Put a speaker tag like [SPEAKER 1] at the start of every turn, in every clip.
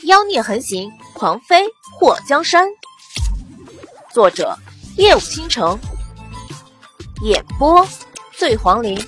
[SPEAKER 1] 妖孽横行，狂飞祸江山。作者：夜舞倾城，演播：醉黄林。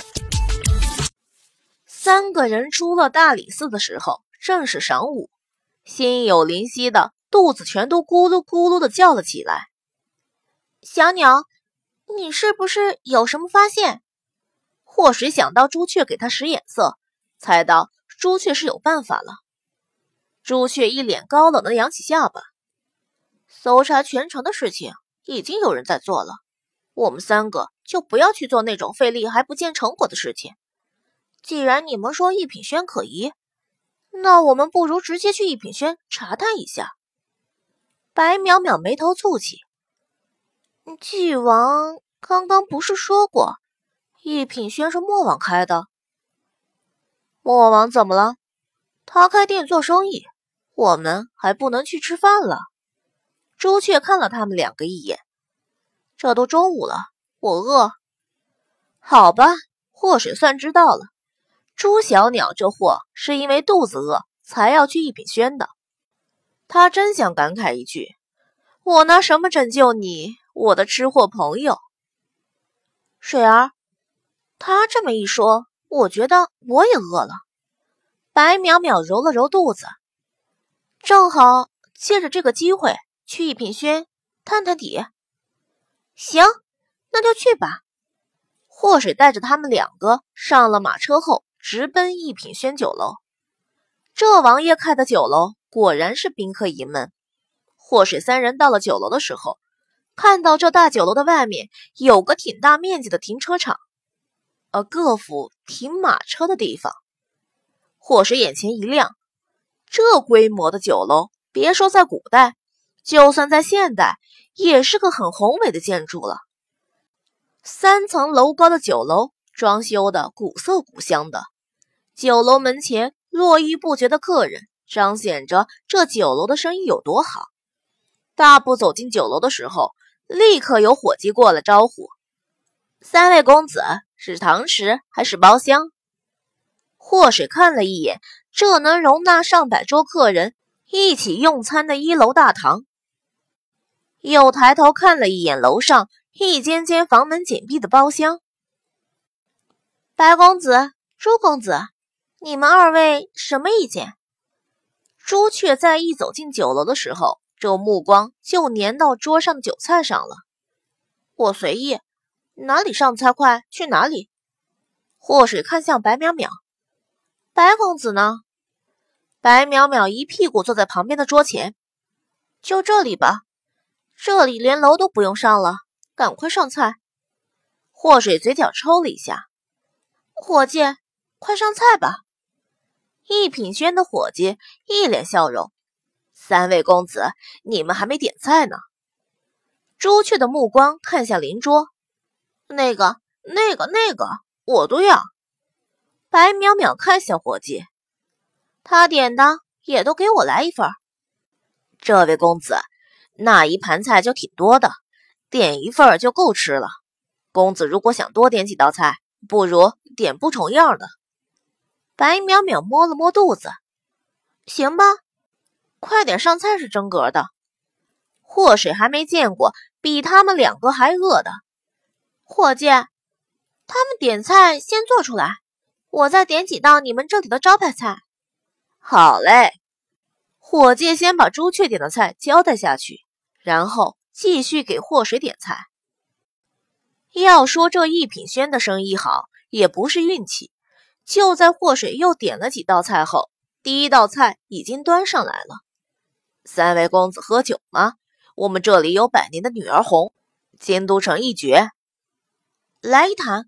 [SPEAKER 1] 三个人出了大理寺的时候，正是晌午，心有灵犀的肚子全都咕噜咕噜的叫了起来。小鸟，你是不是有什么发现？祸水想到朱雀给他使眼色，猜到朱雀是有办法了。朱雀一脸高冷的扬起下巴，搜查全城的事情已经有人在做了，我们三个就不要去做那种费力还不见成果的事情。既然你们说一品轩可疑，那我们不如直接去一品轩查探一下。白淼淼眉头蹙起，纪王刚刚不是说过一品轩是莫王开的？莫王怎么了？他开店做生意，我们还不能去吃饭了。朱雀看了他们两个一眼，这都中午了，我饿。好吧，祸水算知道了，朱小鸟这货是因为肚子饿才要去一品轩的。他真想感慨一句，我拿什么拯救你，我的吃货朋友。水儿，他这么一说，我觉得我也饿了。白淼淼揉了揉肚子，正好借着这个机会去一品轩探探底。行，那就去吧。祸水带着他们两个上了马车后，直奔一品轩酒楼。这王爷开的酒楼果然是宾客盈门。祸水三人到了酒楼的时候，看到这大酒楼的外面有个挺大面积的停车场，各府停马车的地方。祸水眼前一亮，这规模的酒楼，别说在古代，就算在现代，也是个很宏伟的建筑了。3层楼高的酒楼，装修的古色古香的，酒楼门前络绎不绝的客人，彰显着这酒楼的生意有多好。大步走进酒楼的时候，立刻有伙计过来招呼：三位公子，是堂食还是包厢？祸水看了一眼这能容纳上百桌客人一起用餐的1楼大堂，又抬头看了一眼楼上一间间房门紧闭的包厢。白公子，朱公子，你们二位什么意见？朱雀在一走进酒楼的时候，这目光就粘到桌上的酒菜上了。我随意，哪里上菜快去哪里。祸水看向白淼淼，白公子呢？白淼淼一屁股坐在旁边的桌前，就这里吧，这里连楼都不用上了，赶快上菜。祸水嘴角抽了一下，伙计，快上菜吧。一品轩的伙计一脸笑容，三位公子，你们还没点菜呢。朱雀的目光看向邻桌，那个，我都要。白淼淼看向伙计，他点的也都给我来一份。这位公子，那一盘菜就挺多的，点一份就够吃了。公子如果想多点几道菜，不如点不重样的。白淼淼摸了摸肚子，行吧，快点上菜是真格的。祸水还没见过比他们两个还饿的。伙计，他们点菜先做出来，我再点几道你们这里的招牌菜。好嘞。伙计先把朱雀点的菜交代下去，然后继续给祸水点菜。要说这一品轩的生意好，也不是运气。就在祸水又点了几道菜后，第一道菜已经端上来了。三位公子喝酒吗？我们这里有100年的女儿红，京都城一绝。来一坛。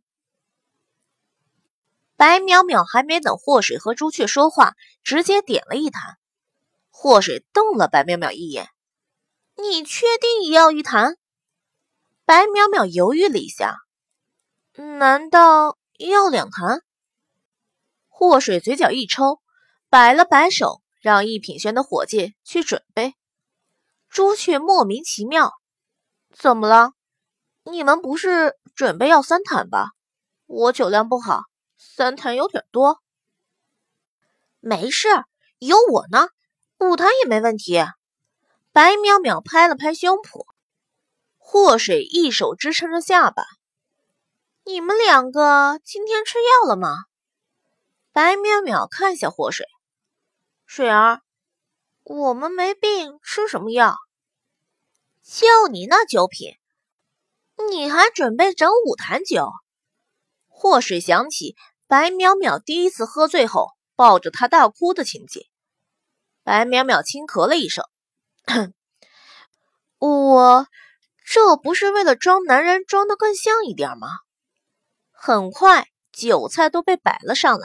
[SPEAKER 1] 白淼淼还没等祸水和朱雀说话，直接点了一坛。祸水瞪了白淼淼一眼，你确定也要一坛？白淼淼犹豫了一下，难道要2坛？祸水嘴角一抽，摆了摆手，让一品轩的伙计去准备。朱雀莫名其妙，怎么了？你们不是准备要3坛吧？我酒量不好，3坛有点多。没事，有我呢， 舞台也没问题。白淼淼拍了拍胸脯，祸水一手支撑着下巴。你们两个今天吃药了吗？白淼淼看向祸水。水儿，我们没病，吃什么药？就你那酒品，你还准备整5坛酒？祸水想起白淼淼第一次喝醉后抱着他大哭的情景。白淼淼轻咳了一声，我这不是为了装男人装得更像一点吗？很快酒菜都被摆了上来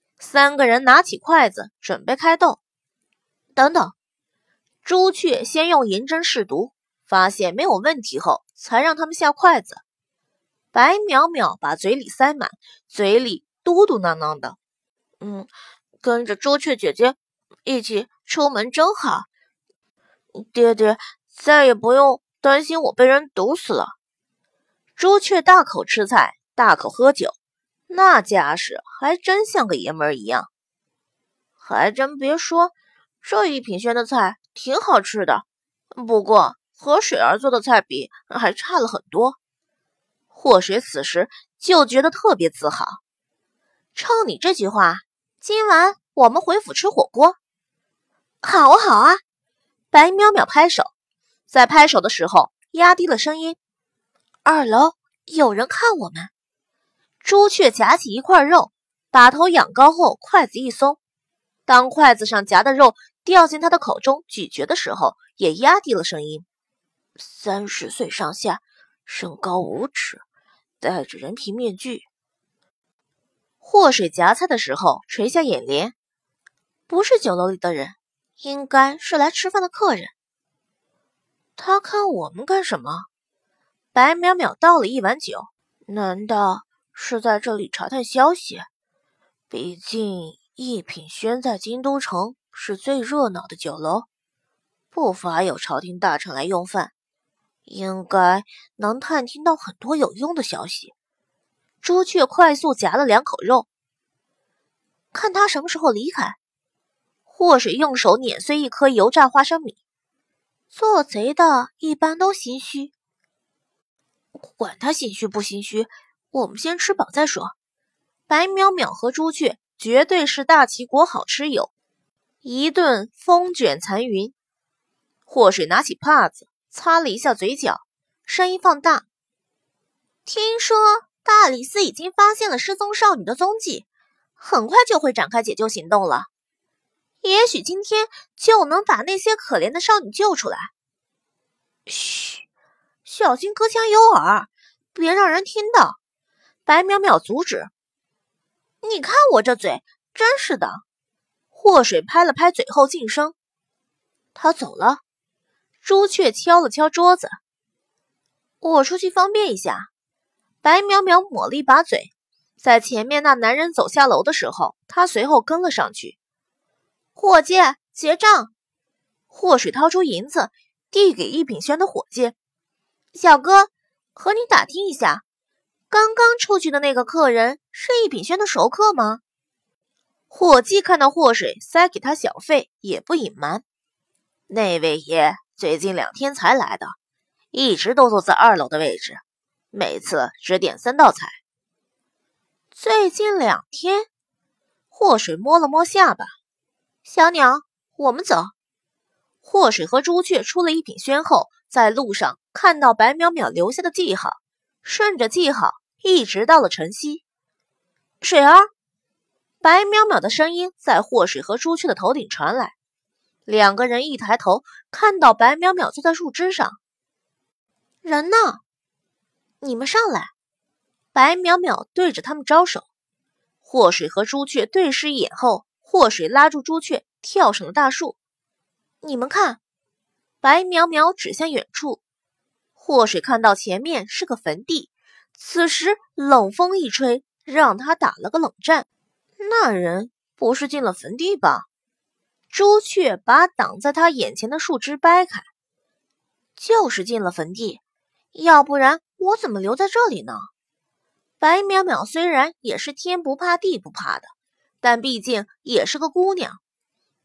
[SPEAKER 1] ，3个人拿起筷子准备开动。等等，朱雀先用银针试毒，发现没有问题后才让他们下筷子。白淼淼把嘴里塞满，嘴里嘟嘟囔囔的，跟着朱雀姐姐一起出门真好，爹爹再也不用担心我被人毒死了。朱雀大口吃菜，大口喝酒，那架势还真像个爷们儿一样。还真别说，这一品轩的菜挺好吃的，不过和水儿做的菜比还差了很多。祸水此时就觉得特别自豪。冲你这句话，今晚我们回府吃火锅。好啊好啊！白淼淼拍手，在拍手的时候压低了声音。2楼有人看我们。朱雀夹起一块肉，把头仰高后筷子一松，当筷子上夹的肉掉进他的口中咀嚼的时候，也压低了声音。30岁上下，身高5尺，戴着人皮面具。祸水夹菜的时候垂下眼帘，不是酒楼里的人，应该是来吃饭的客人。他看我们干什么？白淼淼倒了一碗酒，难道是在这里查探消息？毕竟一品轩在京都城是最热闹的酒楼，不乏有朝廷大臣来用饭，应该能探听到很多有用的消息。朱雀快速夹了2口肉，看他什么时候离开。祸水用手碾碎一颗油炸花生米，做贼的一般都心虚。管他心虚不心虚，我们先吃饱再说。白淼淼和朱雀绝对是大齐国好吃友，一顿风卷残云。祸水拿起帕子擦了一下嘴角，声音放大。听说大理寺已经发现了失踪少女的踪迹，很快就会展开解救行动了。也许今天就能把那些可怜的少女救出来。嘘，小心隔墙有耳，别让人听到。白淼淼阻止。你看我这嘴，真是的。祸水拍了拍嘴后噤声。他走了。朱雀敲了敲桌子。我出去方便一下。白淼淼抹了一把嘴，在前面那男人走下楼的时候，他随后跟了上去。伙计，结账。祸水掏出银子，递给一品轩的伙计。小哥，和你打听一下，刚刚出去的那个客人是一品轩的熟客吗？伙计看到祸水塞给他小费，也不隐瞒。那位爷最近2天才来的，一直都坐在2楼的位置，每次只点3道菜。最近2天？祸水摸了摸下巴。小鸟，我们走。祸水和朱雀出了一品轩后，在路上看到白淼淼留下的记号，顺着记号一直到了晨曦。水儿，白淼淼的声音在祸水和朱雀的头顶传来。2个人一抬头，看到白淼淼坐在树枝上。人呢？你们上来。白淼淼对着他们招手。祸水和朱雀对视一眼后，祸水拉住朱雀，跳上了大树。你们看，白淼淼指向远处。祸水看到前面是个坟地，此时冷风一吹，让他打了个冷战。那人不是进了坟地吧？朱雀把挡在他眼前的树枝掰开。就是进了坟地，要不然我怎么留在这里呢？白淼淼虽然也是天不怕地不怕的，但毕竟也是个姑娘。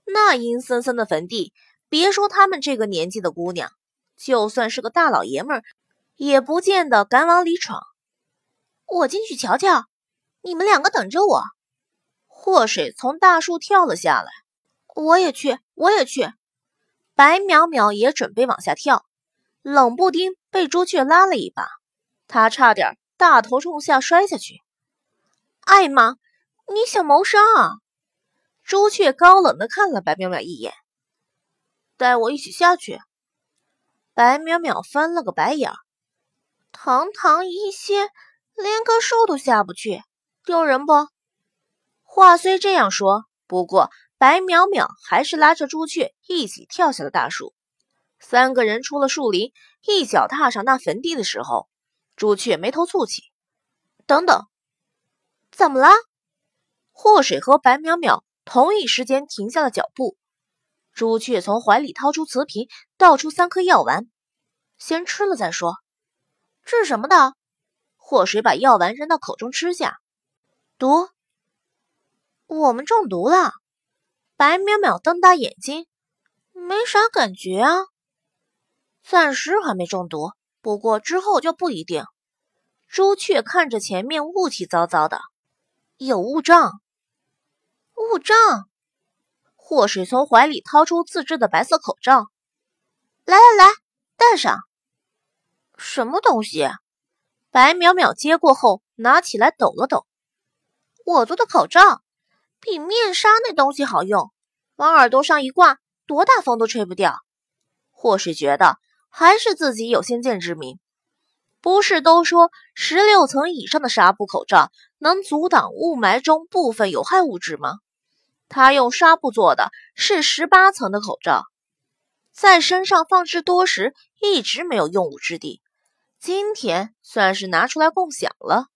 [SPEAKER 1] 那阴森森的坟地，别说他们这个年纪的姑娘，就算是个大老爷们儿，也不见得敢往里闯。我进去瞧瞧，你们两个等着我。祸水从大树跳了下来。我也去，我也去。白淼淼也准备往下跳，冷不丁被朱雀拉了一把，他差点大头冲下摔下去。艾玛，你想谋杀啊？朱雀高冷地看了白淼淼一眼。带我一起下去。白淼淼翻了个白眼。堂堂一仙，连棵树都下不去，丢人不？话虽这样说，不过白淼淼还是拉着朱雀一起跳下了大树。三个人出了树林，一脚踏上那坟地的时候，朱雀眉头蹙起。等等，怎么了？祸水和白淼淼同一时间停下了脚步。朱雀从怀里掏出瓷瓶，倒出3颗药丸，先吃了再说。治什么的？祸水把药丸扔到口中吃下。毒？我们中毒了。白淼淼瞪大眼睛，没啥感觉啊。暂时还没中毒，不过之后就不一定。朱雀看着前面雾气糟糟的，有雾障。雾障？祸水从怀里掏出自制的白色口罩，来，戴上。什么东西？白淼淼接过后拿起来抖了抖。我做的口罩，比面纱那东西好用，往耳朵上一挂，多大风都吹不掉。祸水觉得还是自己有先见之明。不是都说16层以上的纱布口罩能阻挡雾霾中部分有害物质吗？他用纱布做的是18层的口罩，在身上放置多时，一直没有用武之地，今天算是拿出来共享了。